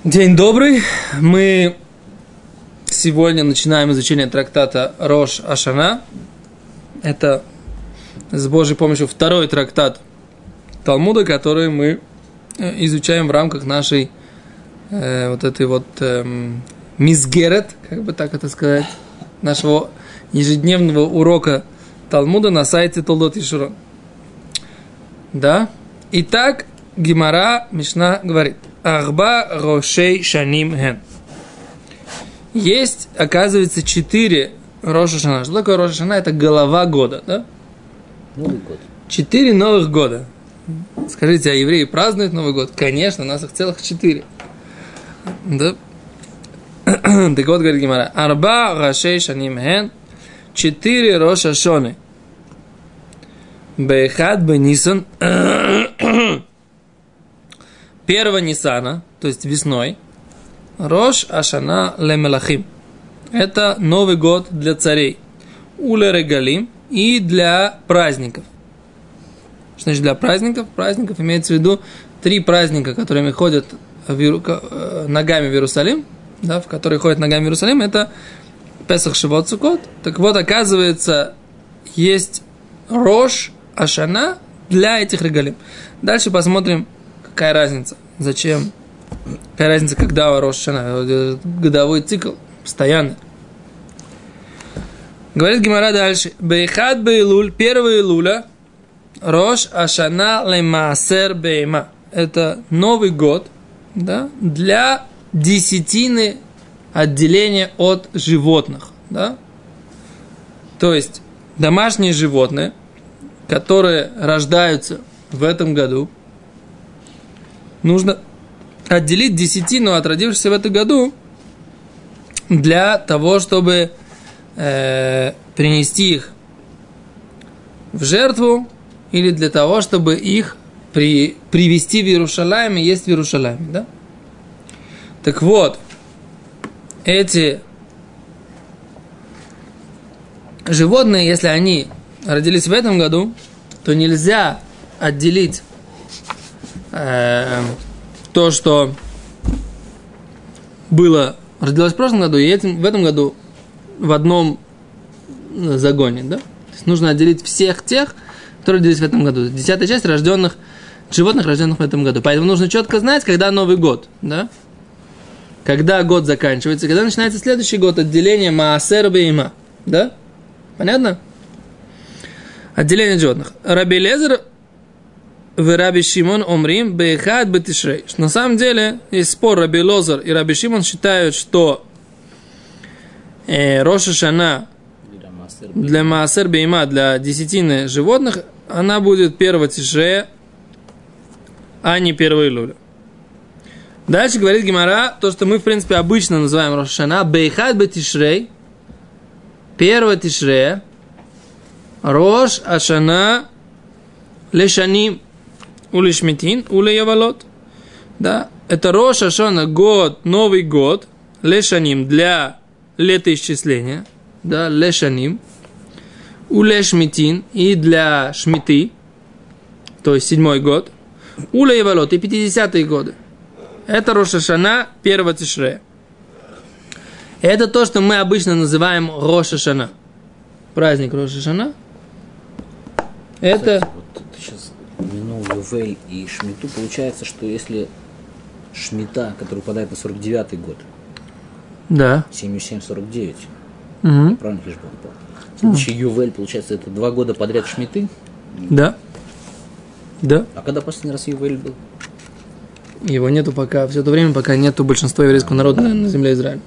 День добрый. Мы сегодня начинаем изучение трактата Рош Ашана. Это с Божьей помощью второй трактат Талмуда, который мы изучаем в рамках нашей мизгерет, как бы так это сказать, нашего ежедневного урока Талмуда на сайте Толдот Ешурон. Да? Итак, Гемара Мишна говорит: Арба Рошей Шаним Ген. Есть, оказывается, 4 Рош Ашана. Что такое Рош Ашана? Это голова года, да? Новый год. 4 новых года. Скажите, а евреи празднуют Новый год? Конечно, у нас их целых 4. Да? Так вот, говорит Гемара: Арба Рошей Шаним Ген. 4 Рош Ашоны. Бехад Бенисан. 1 Нисана, то есть весной, Рош Ашана ле Мелахим. Это Новый год для царей. Уле Регалим и для праздников. Что значит для праздников? Праздников имеется в виду 3 праздника, которыми ходят ногами в Иерусалим, да, в которые ходят ногами в Иерусалим, это Песах, Шивот, Суккот. Так вот, оказывается, есть Рош Ашана для этих Регалим. Дальше посмотрим, какая разница? Зачем? Какая разница, когда Рош Ашана? Годовой цикл, постоянный. Говорит Гемара дальше. Бейхад бейлуль, 1 Илуля, Рош Ашана лемаасер бейма. Это Новый год, да, для десятины отделения от животных, да? То есть домашние животные, которые рождаются в этом году, нужно отделить десятину от родившихся в этом году для того, чтобы принести их в жертву или для того, чтобы их привести в Иерушалаим и есть в Иерушалайме, да? Так вот, эти животные, если они родились в этом году, то нельзя отделить то, что родилось в прошлом году, и в этом году в одном загоне, да? То есть нужно отделить всех тех, которые родились в этом году. 10-я часть животных, рожденных в этом году. Поэтому нужно четко знать, когда Новый год, да? Когда год заканчивается, когда начинается следующий год, отделение Маасер бейма, да? Понятно? Отделение животных. Раби Элиэзер в Раби Шимон омрим бейхад бетишрей. На самом деле есть спор. Раби Элиэзер и Раби Шимон считают, что Рош Ашана для Маасер бейма, для десятины животных, она будет 1 Тишрея, а не 1 Илуля. Дальше говорит Гемара, то, что мы, в принципе, обычно называем Рош Ашана, бейхад бетишрей, 1 Тишрея, Рош Ашана лешаним улешмитин улеявалот. Да, это Рош Ашана, год, Новый год, лешаним для летоисчисления, да, лешаним, улешмитин и для шмиты, то есть 7-й год, улеявалот и 50-е годы. Это Рош Ашана 1 Тишрея. Это то, что мы обычно называем Рош Ашана. Праздник Рош Ашана. Это... Кстати, вот ты сейчас упомянул Ювель и Шмиту. Получается, что если Шмита, который выпадает на 49-й год, да. 7,749, Угу. правильно лишь попал. Следующий Ювель, получается, это 2 года подряд Шмиты. Да. Да. А когда последний раз Ювель был? Его нету пока, все это время, пока нету большинства еврейского народа на земле Израиля.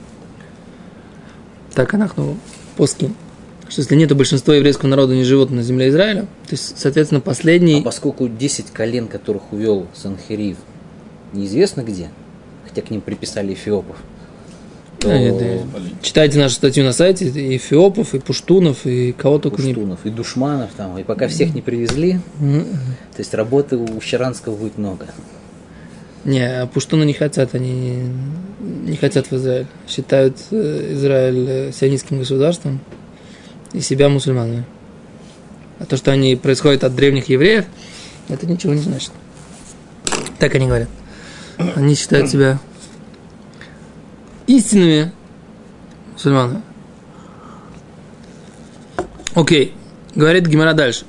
Так, анахну поским. Что если нету большинства еврейского народа не живут на земле Израиля, то есть, соответственно, последний... А поскольку 10 колен, которых увел Санхерив, неизвестно где, хотя к ним приписали эфиопов, то... Читайте нашу статью на сайте, и эфиопов, и пуштунов, и кого только не... Пуштунов, и душманов там, и пока всех не привезли, то есть работы у Щеранского будет много. Не, пуштуны не хотят, они не хотят в Израиль. Считают Израиль сионистским государством и себя мусульманами. А то, что они происходят от древних евреев, это ничего не значит. Так они говорят. Они считают себя истинными мусульманами. Окей. Говорит Гемара дальше.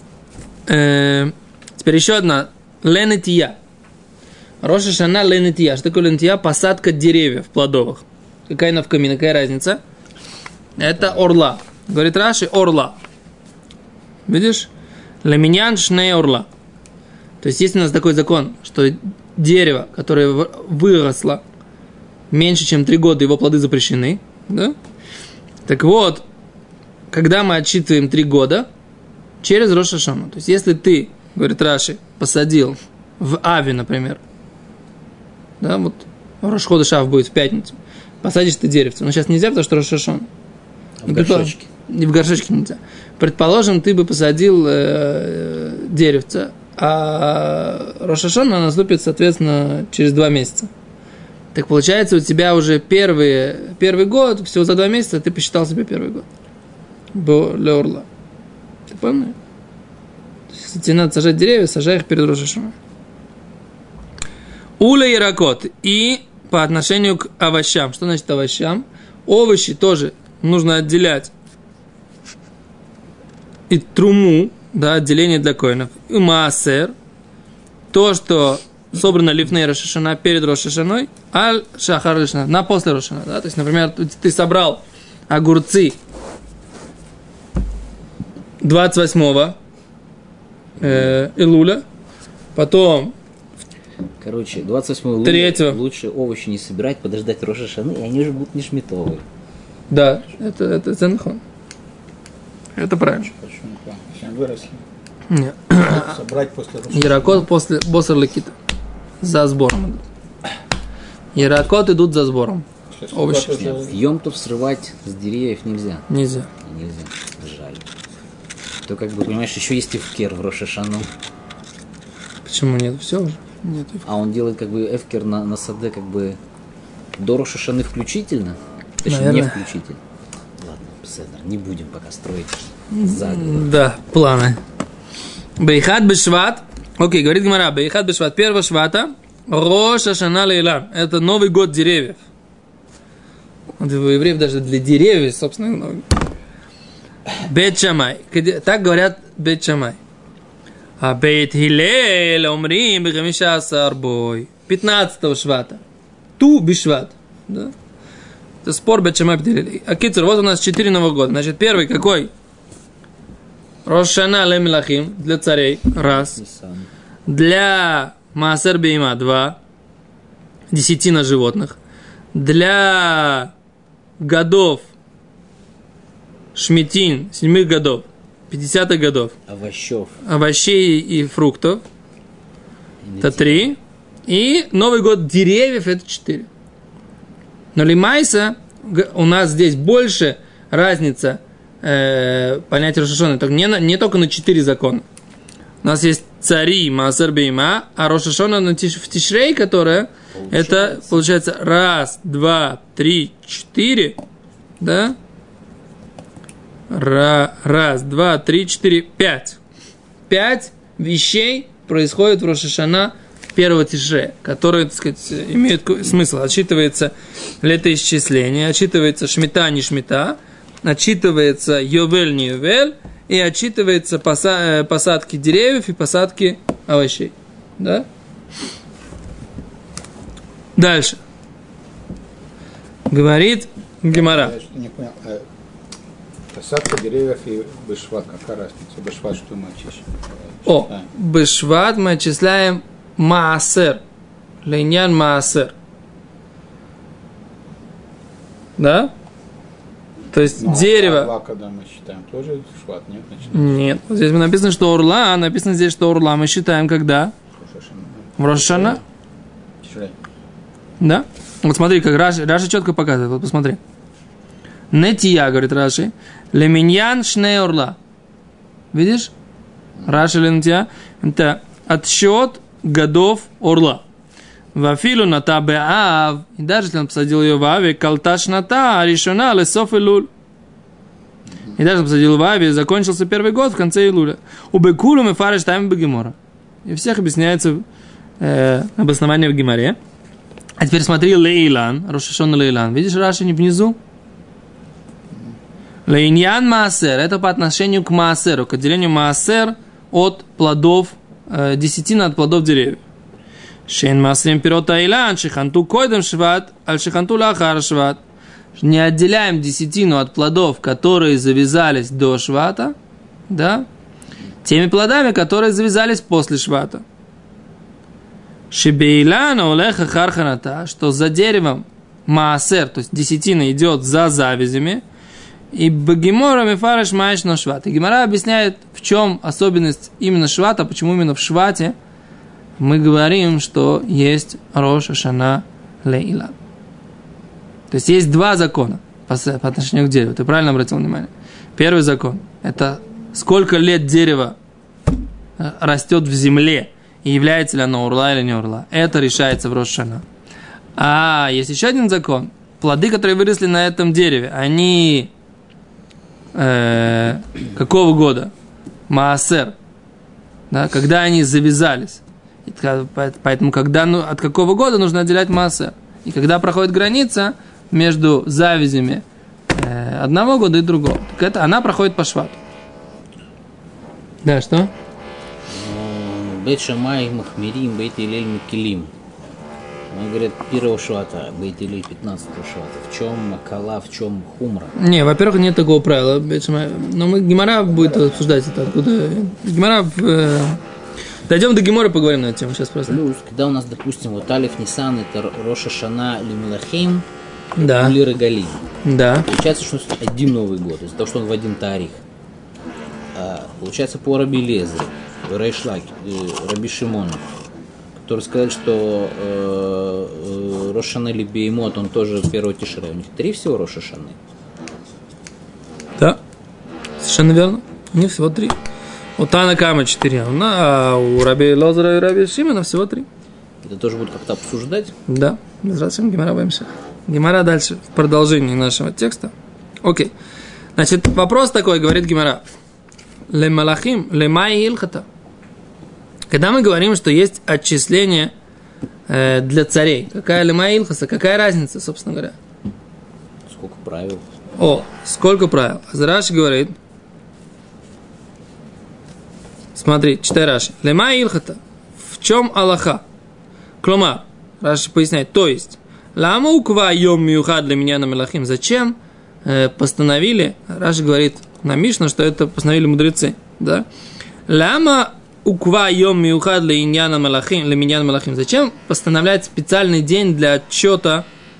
Теперь еще одна. Ленетия. Рош ха-Шана ленетия. Что такое ленетия? Посадка деревьев плодовых. Какая навкамина, какая разница? Это орла. Говорит Раши, орла. Видишь? Леминьян шней орла. То есть есть у нас такой закон, что дерево, которое выросло меньше, чем 3 года, его плоды запрещены. Да? Так вот, когда мы отсчитываем 3 года, через Рош ха-Шана. То есть если ты, говорит Раши, посадил в Аве, например, да, вот Рош ходеш Ав будет в пятницу, посадишь ты деревце. Но сейчас нельзя, потому что Рош ха-Шана. В горшочке. В горшочке нельзя. Предположим, ты бы посадил деревце, а Рош ха-Шана наступит, соответственно, через 2 месяца. Так получается, у тебя уже первый год, всего за 2 месяца ты посчитал себе первый год. Леорла. Ты понял? Если тебе надо сажать деревья, сажай их перед Рош ха-Шана. Уля и ракот. И по отношению к овощам. Что значит овощам? Овощи тоже нужно отделять. И труму, да, отделение для коинов. И маасер. То, что собрано лифней Рош ха-Шана перед Рош ха-Шаной, аль шахар лишна, на после Рош ха-Шана. Да? То есть, например, ты собрал огурцы 28-го Илуля, потом короче, 28-го Илуля лучше овощи не собирать, подождать Рош ха-Шаны, и они уже будут не шмитовые. Да, это ценхон. Это правильно. Почему? Если они выросли. Нет. Собрать после Рош ха-Шаны. Яракот после босер лекита. За сбором идут. Яракот идут за сбором. Овощи. Нет, в Йом-Тов срывать с деревьев нельзя. Нельзя. Жаль. То, как бы, понимаешь, еще есть эфкер в Рош ха-Шану. Почему нет? Все уже. Нет. А он делает как бы эфкер на саде как бы до Рош ха-Шаны включительно. Точнее, Наверное. не включительно. Ладно, Седер, не будем пока строить заговор. Да, планы. Бейхат бешват. Окей, говорит Гемара. Бейхат бешват. 1 швата. Рош ха-Шана лейлам. Это Новый год деревьев. Вот у евреев даже для деревьев, собственно, Бейт Шамай. Так говорят Бейт Шамай. А Бейт Хилель умрим бехамиша сарбой. 15-го швата. Ту бишват. Да? Это спор Бейт Шамай Бейт Хилель. А кицур, вот у нас 4 Нового года. Значит, первый какой? Рош ха-Шана ле мелахим. Для царей. Раз. Для маасер бейма. 2. Десятина животных. Для годов шмитин, 7 годов, 50 годов. Овощей и фруктов. Это 3. И Новый год деревьев это 4. Но лимайса, у нас здесь больше разница понятия Рош ха-Шана. Не только на 4 закона. У нас есть цари, маасер бейма, а Рош ха-Шана в Тишрей, которая это получается 1, 2, 3, 4, да? 1, 2, 3, 4, 5. 5 вещей происходит в Рош ха-Шана 1 Тишрея, которые, так сказать, имеют смысл. Отсчитывается летоисчисление, отсчитывается шмита, не шмита, отсчитывается йовель, не йовель, и отсчитывается посадки деревьев и посадки овощей. Да? Дальше. Говорит Гемара. Я что-то не понял. Посадка деревьев и бешват, какая разница? Бешват, что мы отчисляем? Бешват мы отчисляем маасер. Лейнян маасер. Да? То есть дерево. Орла, когда мы считаем, тоже шват, нет? Нет. Вот здесь написано, что орла, а написано здесь, что орла мы считаем когда? В Рош ха-Шана. Да? Вот смотри, как Раши четко показывает. Вот посмотри. Нетия, говорит Раши. Леминьян шней орла. Видишь? Раши ленетия. Это отсчет годов орла. Вафилу ната беав. И даже если он посадил ее в Аве, калташ ната, решена лесоф илуль. И даже посадил в Аве, закончился 1 год в конце Илуля. У бекулу мы фариш тайм бегемора. И всех объясняется обоснование в Гемаре. А теперь смотри, Лейлан, Рош ха-Шана Лейлан. Видишь, Раши не внизу? Лейньян Маасер. Это по отношению к Маасеру, к отделению Маасер от плодов, десятина от плодов деревьев. Шейн Маасрим Пирот Айлан, Шиханту Койдем Шват, Аль Шиханту Лахар Шват. Не отделяем десятину от плодов, которые завязались до Швата, да, теми плодами, которые завязались после Швата. Шибейлана Олеха Харханата, что за деревом Маасер, то есть десятина идет за завязями, и Багимора Мефареш Маеш на Шват. И Гемара объясняет, в чем особенность именно Швата, почему именно в Швате мы говорим, что есть Рош ха-Шана Лейлан. То есть есть два закона по отношению к дереву. Ты правильно обратил внимание? Первый закон – это сколько лет дерево растет в земле, и является ли оно урла или не урла. Это решается в Рош ха-Шана. А есть еще один закон. Плоды, которые выросли на этом дереве, они какого года? Маасер. Да, когда они завязались. Поэтому от какого года нужно отделять Маасер. И когда проходит граница между завязями одного года и другого, так она проходит по Швату. Да, что? Бейт Шамай Махмирим, Бейт Илель Микелим. Он говорит, первого Швата, Бейт Илель 15-го Швата. В чем Макала, в чем Хумра? Не, во-первых, нет такого правила. Но Гемара будет обсуждать это. Откуда? Гемара... Дойдем до Гемора, поговорим на эту тему сейчас просто. Плюс, когда у нас, допустим, вот Алиф Нисан, это Рош ха-Шана Лемелахим, да. Ули Регалим. Да. Получается, что один Новый год, из-за того, что он в один тарих. Получается, по Раби Лезеру, Рейшлак, Раби Шимону, которые сказали, что Рош ха-Шана или Беймот, он тоже первого Тишре. У них 3 всего Рош ха-Шаны. Да, совершенно верно. У них всего 3. У Тана Кама 4, а у Раби Лозера и Раби Шимона всего 3. Это тоже будет как-то обсуждать? Да, без разницы, Гемара боимся. Гемара дальше, в продолжении нашего текста. Окей. Значит, вопрос такой, говорит Гемара. Ле малахим, ле май илхата. Когда мы говорим, что есть отчисление для царей, какая ле май илхаса, какая разница, собственно говоря? Сколько правил? Сколько правил? Раши говорит, смотри, читай Раши. Лема илхата. В чем Аллаха? Клома. Раши поясняет. То есть, лама уква йом миухад для меня на мелахим. Зачем постановили, Раши говорит на Мишну, что это постановили мудрецы. Да? Лама уква йом миухад для меня на мелахим. Зачем постановлять специальный день для отсчета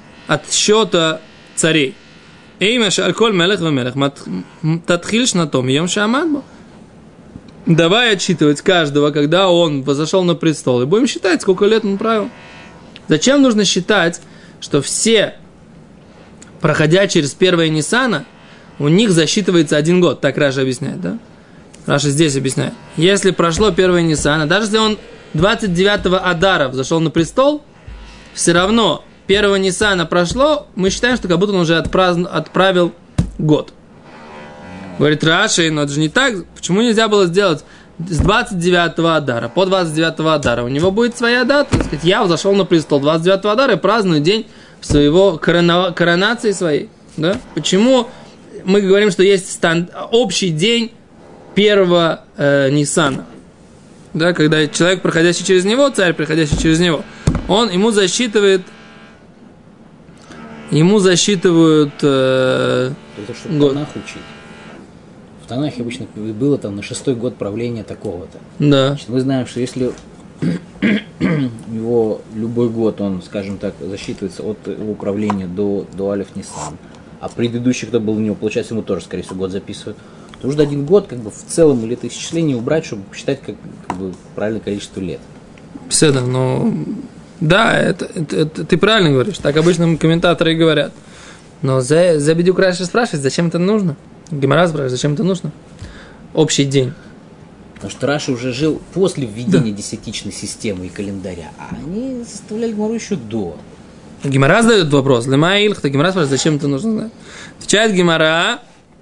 царей? Эйма шальколь мелех вемелех. Татхиль шнатом йом шамадбо. Давай отсчитывать каждого, когда он возошел на престол. И будем считать, сколько лет он правил. Зачем нужно считать, что все, проходя через первое Ниссана, у них засчитывается 1 год? Так Раша объясняет, да? Раша здесь объясняет. Если прошло первое Ниссана, даже если он 29-го Адара взошел на престол, все равно первого Ниссана прошло, мы считаем, что как будто он уже отправил год. Говорит Раши, но это же не так. Почему нельзя было сделать с 29-го Адара по 29-го Адара? У него будет своя дата. Сказать, я взошел на престол 29-го Адара и праздную день своего коронации своей. Да? Почему мы говорим, что есть общий день первого Ниссана? Да, когда человек, проходящий через него, царь, проходящий через него, ему засчитывают это чтобы Танах учить. В Танахе обычно было там на 6-й год правления такого-то. Да. Значит, мы знаем, что если его любой год, он, скажем так, засчитывается от его правления до Алиф Нисан, а предыдущий, кто был у него, получается, ему тоже, скорее всего, год записывают, то нужно 1 год как бы в целом или это исчисление убрать, чтобы посчитать как бы правильное количество лет. Беседа, да, это ты правильно говоришь, так обычно комментаторы и говорят. Но за Бедюк Раши спрашивает, зачем это нужно? Гемара спрашивает, зачем это нужно? Общий день. Потому что Раши уже жил после введения десятичной системы и календаря, а они составляли Гемару еще до. Гемара задает вопрос. Лема илхта, Гемара спрашивает, зачем это нужно знать? Отвечает Гемара.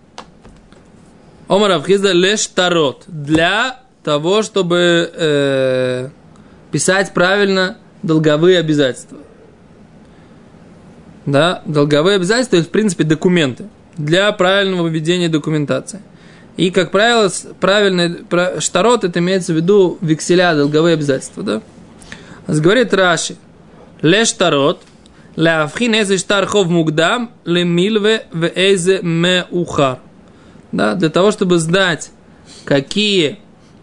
Омар Авхизда леш тарот. Для того, чтобы писать правильно долговые обязательства. Да, долговые обязательства, в принципе, документы для правильного ведения документации. И, как правило, правильный штарот, это имеется в виду векселя, долговые обязательства, да? Говорит Раши, ле штарот, ле авхин эзе штар хов мугдам, ле милве ве эзе меухар. Да, для того, чтобы знать, какие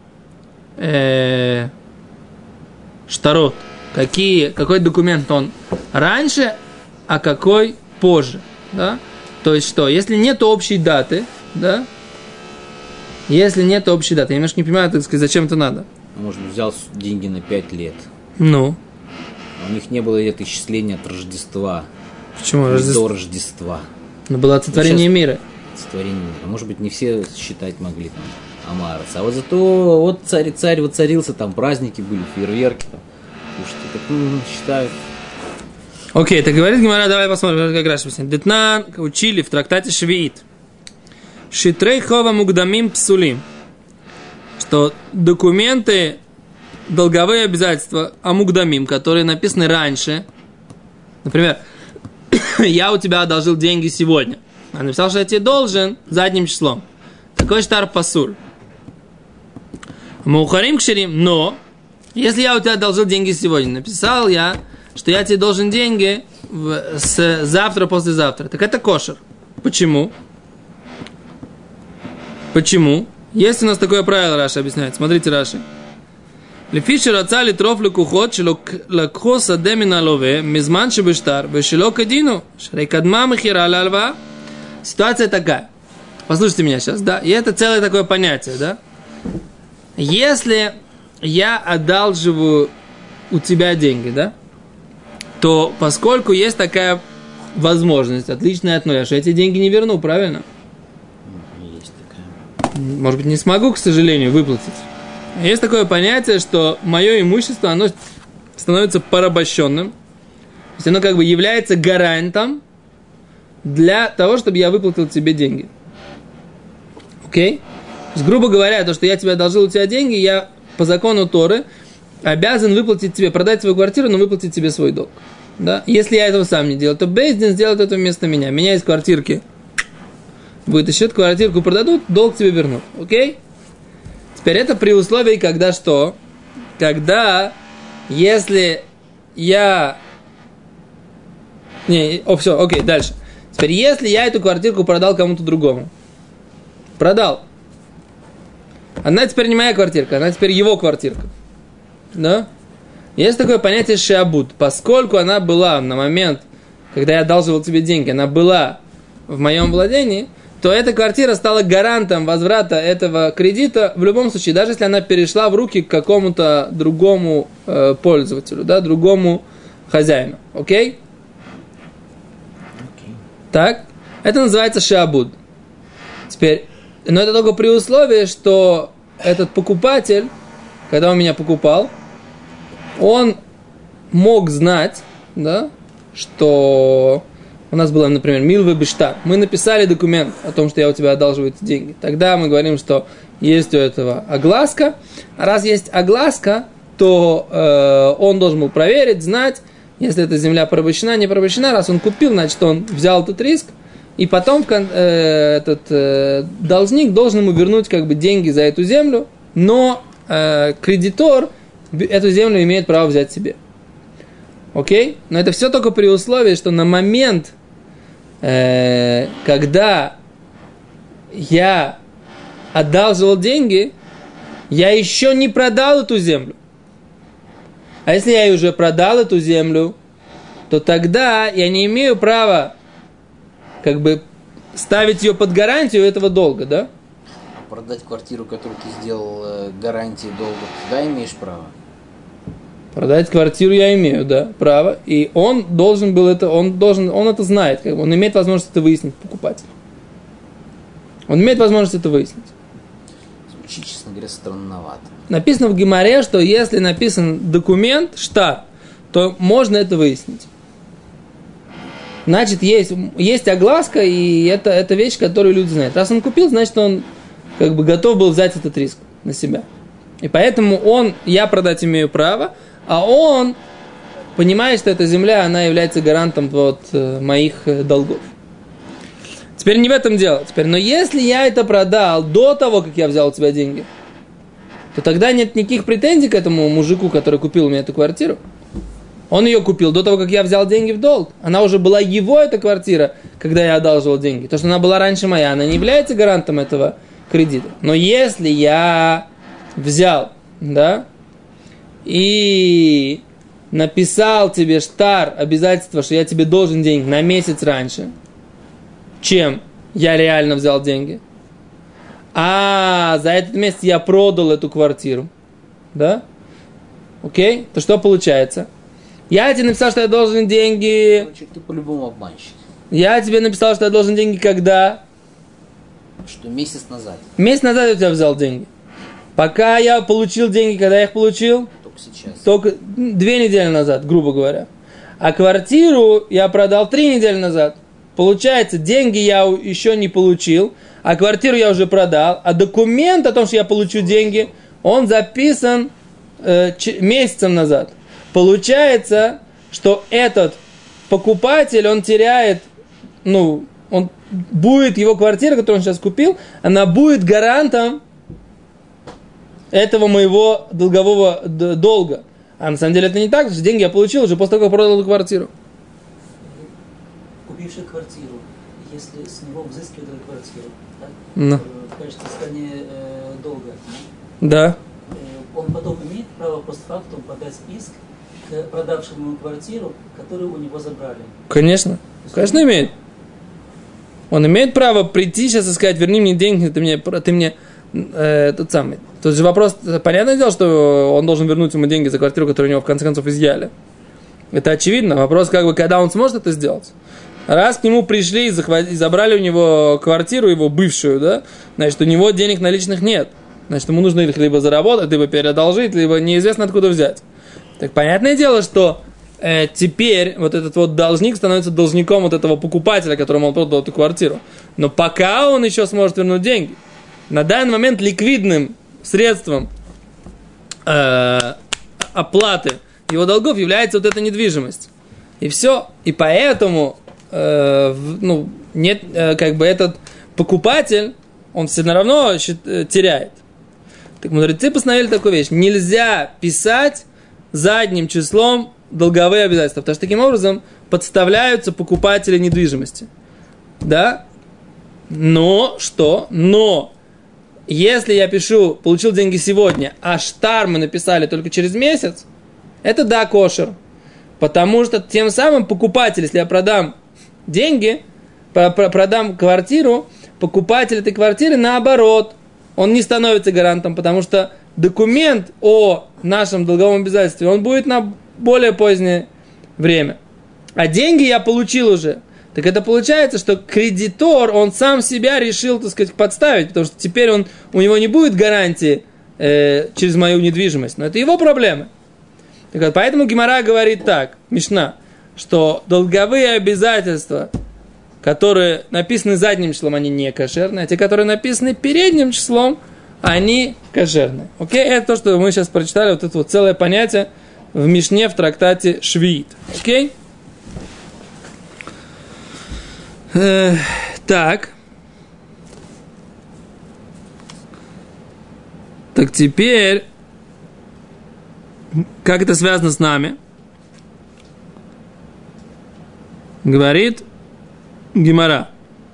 штарот, какой документ он раньше, а какой позже, да? То есть что, если нет общей даты, да? Если нет общей даты, я немножко не понимаю, так сказать, зачем это надо. Может быть, взял деньги на 5 лет. Ну? У них не было это исчисления от Рождества. Почему? До Рождества. Но было сотворение мира. Сотворение мира. Может быть, не все считать могли там Амарас. А вот зато вот царь воцарился, там праздники были, фейерверки там. Слушайте, так считают. Окей, так говорит Гемара, давай посмотрим, как Раши объясняет. Детнан учили в трактате Швиит. Шитрей хова мугдамим псулим. Что документы, долговые обязательства амугдамим, которые написаны раньше. Например, я у тебя одолжил деньги сегодня. А написал, что я тебе должен задним числом. Такой штар пасуль. Маухарим кшерим, но если я у тебя одолжил деньги сегодня, написал я, что я тебе должен деньги с завтра, послезавтра. Так это кошер. Почему? Почему? Есть у нас такое правило, Раши объясняет. Смотрите, Раши. Лефишер отцали троф лекухот, шелокхо садемина лове, мизман шебештар, вешело кадину, шрейкадма махира лальва. Ситуация такая. Послушайте меня сейчас, да? И это целое такое понятие, да? Если я одалживаю у тебя деньги, да? То поскольку есть такая возможность, отличная от нуля, что я эти деньги не верну, правильно? Есть такая. Может быть, не смогу, к сожалению, выплатить. Есть такое понятие, что мое имущество, оно становится порабощенным. То есть оно как бы является гарантом для того, чтобы я выплатил тебе деньги. Окей? То есть, грубо говоря, то, что я тебе одолжил у тебя деньги, я по закону Торы обязан выплатить тебе, продать свою квартиру, но выплатить тебе свой долг. Да? Если я этого сам не делал, то бейс дин сделает это вместо меня. Меня из квартирки вытащат, квартирку продадут, долг тебе вернут. Окей? Теперь это при условии, когда что? Когда, если я... все, окей, дальше. Теперь, если я эту квартирку продал кому-то другому. Продал. Она теперь не моя квартирка, она теперь его квартирка. Да? Есть такое понятие шиабуд. Поскольку она была на момент, когда я одалживал тебе деньги, она была в моем владении, то эта квартира стала гарантом возврата этого кредита в любом случае, даже если она перешла в руки к какому-то другому пользователю, да, другому хозяину. Окей? Так? Это называется шиабуд. Теперь, но это только при условии, что этот покупатель, когда он меня покупал, он мог знать, да, что у нас было, например, милве бештар. Мы написали документ о том, что я у тебя одалживаю эти деньги. Тогда мы говорим, что есть у этого огласка. А раз есть огласка, то он должен был проверить, знать, если эта земля порабощена, не порабощена. Раз он купил, значит, он взял этот риск. И потом этот должник должен ему вернуть как бы деньги за эту землю, но кредитор эту землю имеет право взять себе. Окей? Но это все только при условии, что на момент, когда я одалживал деньги, я еще не продал эту землю. А если я уже продал эту землю, то тогда я не имею права как бы ставить ее под гарантию этого долга, да? Продать квартиру, которую ты сделал гарантией долга, да, имеешь право? Продать квартиру я имею, да, право. И он должен был это, он это знает, как бы, он имеет возможность это выяснить, покупатель. Он имеет возможность это выяснить. Звучит, честно говоря, странновато. Написано в Гемаре, что если написан документ, штар, то можно это выяснить. Значит, есть огласка, и это вещь, которую люди знают. Раз он купил, значит, он как бы готов был взять этот риск на себя. И поэтому я продать имею право, а он понимает, что эта земля, она является гарантом моих долгов. Теперь не в этом дело. Но если я это продал до того, как я взял у тебя деньги, то тогда нет никаких претензий к этому мужику, который купил у меня эту квартиру. Он ее купил до того, как я взял деньги в долг. Она уже была его, эта квартира, когда я одалживал деньги. То, что она была раньше моя, она не является гарантом этого кредита. Но если я взял, да, и написал тебе штар, обязательство, что я тебе должен деньги на месяц раньше, чем я реально взял деньги, а за этот месяц я продал эту квартиру, да, окей, то что получается? Я тебе написал, что я должен деньги... Короче, ты по-любому обманщик. Я тебе написал, что я должен деньги когда? Что месяц назад. Месяц назад я у тебя взял деньги. Пока я получил деньги, когда я их получил? Только сейчас. Только 2 недели назад, грубо говоря. А квартиру я продал 3 недели назад. Получается, деньги я еще не получил, а квартиру я уже продал, а документ о том, что я получу деньги, он записан месяцем назад. Получается, что этот покупатель, он теряет, он будет, его квартира, которую он сейчас купил, она будет гарантом этого моего долгового долга. А на самом деле это не так, потому что деньги я получил уже после того, как продал эту квартиру. Купивший квартиру, если с него взыскивают эту квартиру, так? No. В качестве состояния долга, да? Он потом имеет право постфактум подать иск к продавшему ему квартиру, которую у него забрали. Конечно. Конечно имеет. Он имеет право прийти сейчас и сказать: верни мне деньги, ты мне тот самый. Тот же вопрос, понятное дело, что он должен вернуть ему деньги за квартиру, которую у него в конце концов изъяли. Это очевидно. Вопрос, когда он сможет это сделать. Раз к нему пришли и забрали у него квартиру, его бывшую, да, значит, у него денег наличных нет. Значит, ему нужно их либо заработать, либо переодолжить, либо неизвестно откуда взять. Так понятное дело, что теперь вот этот вот должник становится должником вот этого покупателя, которому он продал эту квартиру. Но пока он еще сможет вернуть деньги, на данный момент ликвидным средством оплаты его долгов является вот эта недвижимость. И все. И поэтому нет, этот покупатель, он все равно теряет. Так мудрецы постановили такую вещь: нельзя писать задним числом долговые обязательства, потому что таким образом подставляются покупатели недвижимости. Да? Но если я пишу, получил деньги сегодня, а штар мы написали только через месяц, это да, кошер. Потому что тем самым покупатель, если я продам деньги, продам квартиру, покупатель этой квартиры, наоборот, он не становится гарантом, потому что документ о нашем долговом обязательстве, он будет на более позднее время. А деньги я получил уже. Так это получается, что кредитор, он сам себя решил, так сказать, подставить, потому что теперь у него не будет гарантии через мою недвижимость. Но это его проблемы. Так вот, поэтому Гемара говорит так, Мишна, что долговые обязательства, которые написаны задним числом, они не кошерные, а те, которые написаны передним числом, они кошерные. Окей? Это то, что мы сейчас прочитали, вот это вот целое понятие в Мишне в трактате Швиит. Окей? Так. Так теперь, как это связано с нами? Говорит Гемара.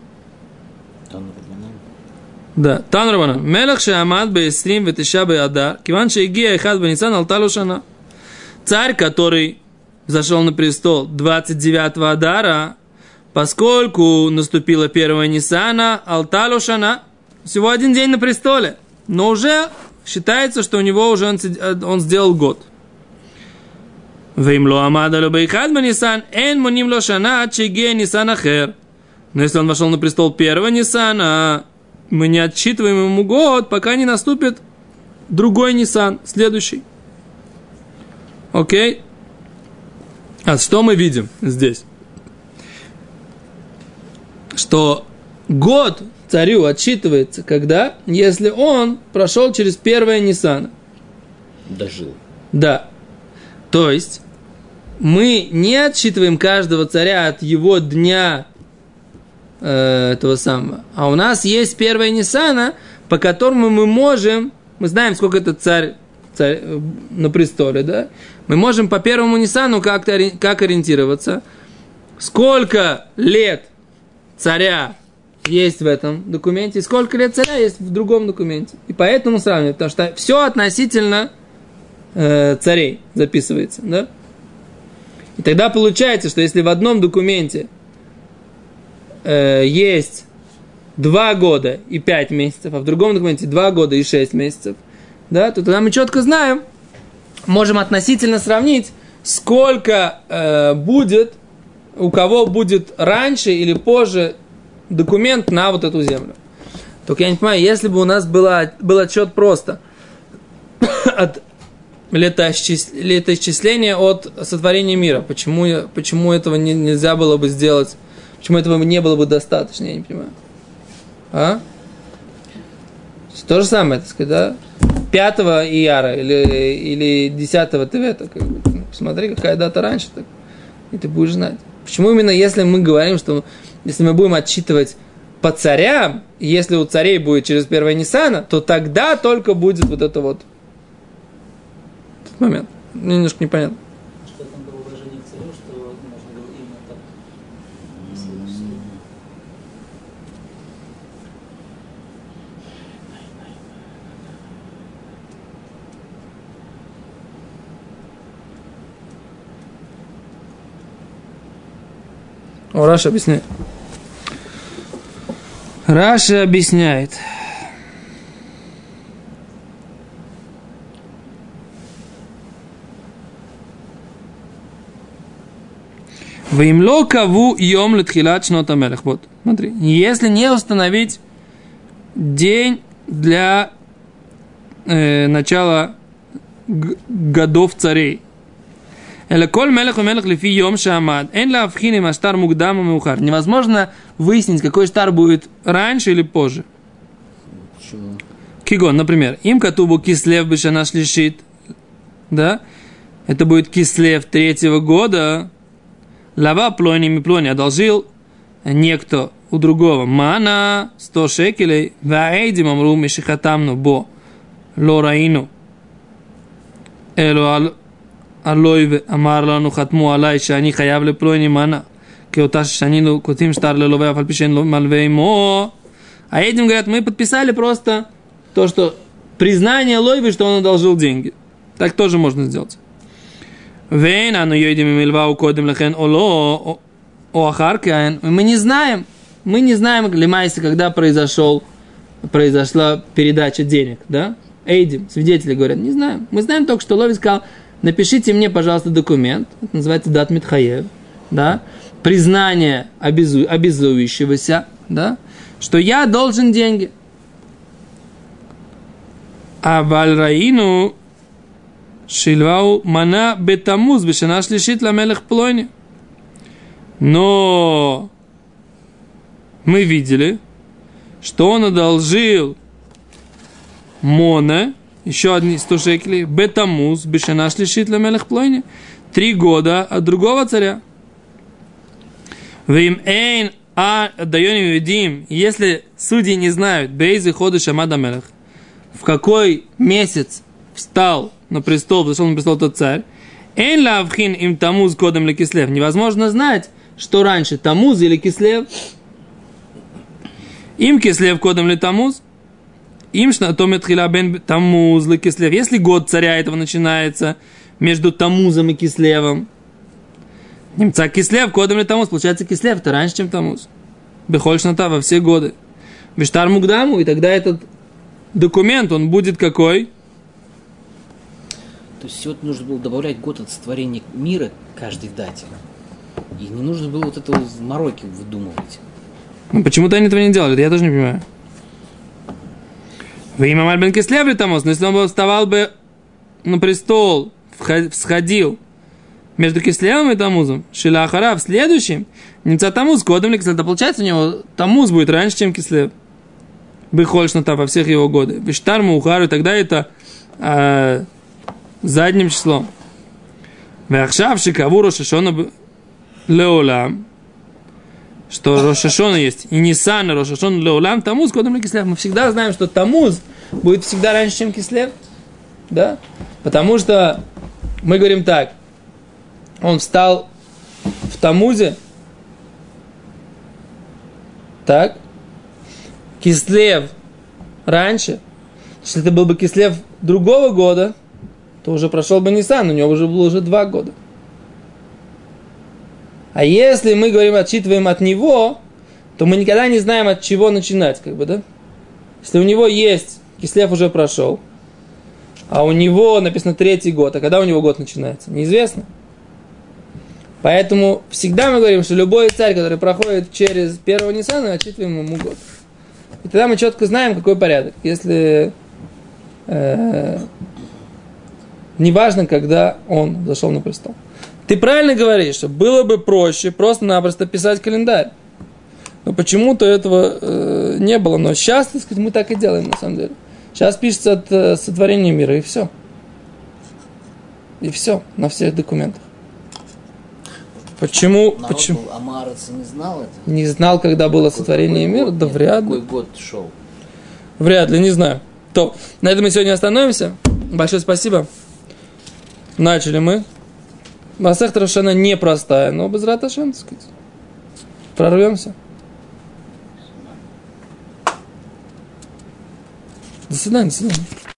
Да, Тан Рабанан. Мелах шеамад беэсрим ветиша беадар, киван шеигия эхад бенисан алталу шана. Царь, который зашел на престол 29-го Адара, поскольку наступила 1-го Нисана, алталу шана, всего один день на престоле, но уже считается, что у него уже он сделал год. Веймло амадалу бейхад бенисан, эн муним ло шана, ад шеигия нисан ахер. Но если он вошел на престол 1-го Нисана, мы не отсчитываем ему год, пока не наступит другой Нисан, следующий. Окей? А что мы видим здесь? Что год царю отсчитывается, когда? Если он прошел через 1-е Нисана. Дожил. Да. То есть, мы не отсчитываем каждого царя от его дня этого самого, а у нас есть первая Ниссана, по которому мы знаем, сколько это царь на престоле, да? Мы можем по первому Ниссану как ориентироваться, сколько лет царя есть в этом документе, и сколько лет царя есть в другом документе. И поэтому сравнивать, потому что все относительно царей записывается, да? И тогда получается, что если в одном документе есть 2 года и 5 месяцев, а в другом документе 2 года и 6 месяцев, да, то тогда мы четко знаем, можем относительно сравнить, сколько будет, у кого будет раньше или позже документ на вот эту землю. Только я не понимаю, если бы у нас был отчет просто от летоисчисления от сотворения мира, почему этого нельзя было бы сделать, почему этого не было бы достаточно, я не понимаю. А? То же самое, так сказать, да? 5 Ияра или 10 Тевета, как бы, посмотри, какая дата раньше, так, и ты будешь знать. Почему именно если мы говорим, что если мы будем отсчитывать по царям, если у царей будет через 1 Ниссана, то тогда только будет вот это вот этот момент. Мне немножко непонятно. Что там было уважение к царю, что можно было именно так. О, Раша объясняет. Раша объясняет. Ваимло каву йом летхилат шнот амелех. Вот, смотри. Если не установить день для начала годов царей. Невозможно выяснить, какой штар будет раньше или позже. Почему? Кигон, например, им катубу кислев бешана шлишит, да, это будет кислев 3-го года, лава плони миплони одолжил некто у другого мана 100 шекелей, ваэйдим амру мишихатамну бо лораину элу алой амар лану хатму алай шани хаяв леплони мана кеота шани лу котим штар лелове афальпишен малвеймо. А этим говорят, мы подписали просто то, что признание Лойвы, что он одолжил деньги. Так тоже можно сделать. Мы не знаем, лимайся, когда произошла передача денег, да? Эйдим, свидетели говорят, не знаем. Мы знаем только, что Лови сказал, напишите мне, пожалуйста, документ, это называется дат митхаев, да? Признание обязующегося, да? Что я должен деньги. А вальраину шильвау мана бетамуз бешана шлишит ламелех плойни. Но мы видели, что он одолжил Мона, еще одни 100 шекелей, бетамуз бешана шлишит ламелех плойни. 3 года от другого царя. Вим эйн отдаёним видим, если судьи не знают, бейзы ходы шамада мелех, в какой месяц встал на престол, зашел на престол тот царь, эйн лавхин им тамуз кодом ли кислев, невозможно знать, что раньше, тамуз или кислев, им кислев кодом ли тамуз, им шнатомет хила бен тамуз ли кислев, если год царя этого начинается между тамузом и кислевом, немца кислев, кодом ли тамуз, получается кислев, это раньше, чем тамуз. Бехоль шната во все годы. Бештар мугдаму, и тогда этот документ, он будет какой? То есть вот нужно было добавлять год от сотворения мира каждой дате. И не нужно было вот это мороки выдумывать. Ну, почему-то они этого не делали, это я тоже не понимаю. Вы имам аль бен кислев ли тамуз, но если он бы вставал бы на престол, всходил между кислевом и тамузом, шила ахара в следующем, немца тамуз, кодом ли кислев, да получается у него тамуз будет раньше, чем кислев. Бехоль шната во всех его годы. Бештар мухару, тогда это задним числом. Вахшав шикаву Рош ха-Шана леолам, что Рош ха-Шана есть, и Нисан, и Рош ха-Шана леолам, Тамуз, кодом ли Кислев. Мы всегда знаем, что Тамуз будет всегда раньше, чем Кислев. Да? Потому что мы говорим так, он встал в Тамузе, так, Кислев раньше. Если это был бы Кислев другого года, то уже прошел бы Нисан, у него уже было уже 2 года. А если мы говорим, отчитываем от него, то мы никогда не знаем, от чего начинать, как бы, да? Если у него есть, Кислев уже прошел, а у него написано 3-й год, а когда у него год начинается, неизвестно. Поэтому всегда мы говорим, что любой царь, который проходит через 1-го Ниссана, отчитываем ему год. И тогда мы четко знаем, какой порядок. Если неважно, когда он зашел на престол. Ты правильно говоришь, что было бы проще просто-напросто писать календарь. Но почему-то этого не было. Но сейчас, так сказать, мы так и делаем, на самом деле. Сейчас пишется от сотворения мира, и все. И все, на всех документах. Почему? Народ Почему? был, Амарец не знал это? Не знал, когда было сотворение мира? Да вряд ли. Какой год шел? Вряд ли, не знаю. То, на этом мы сегодня остановимся. Большое спасибо. Начали мы. Масехта Рош ха-Шана непростая, но без Рат Ашем, так сказать. Прорвемся. До свидания, до свидания.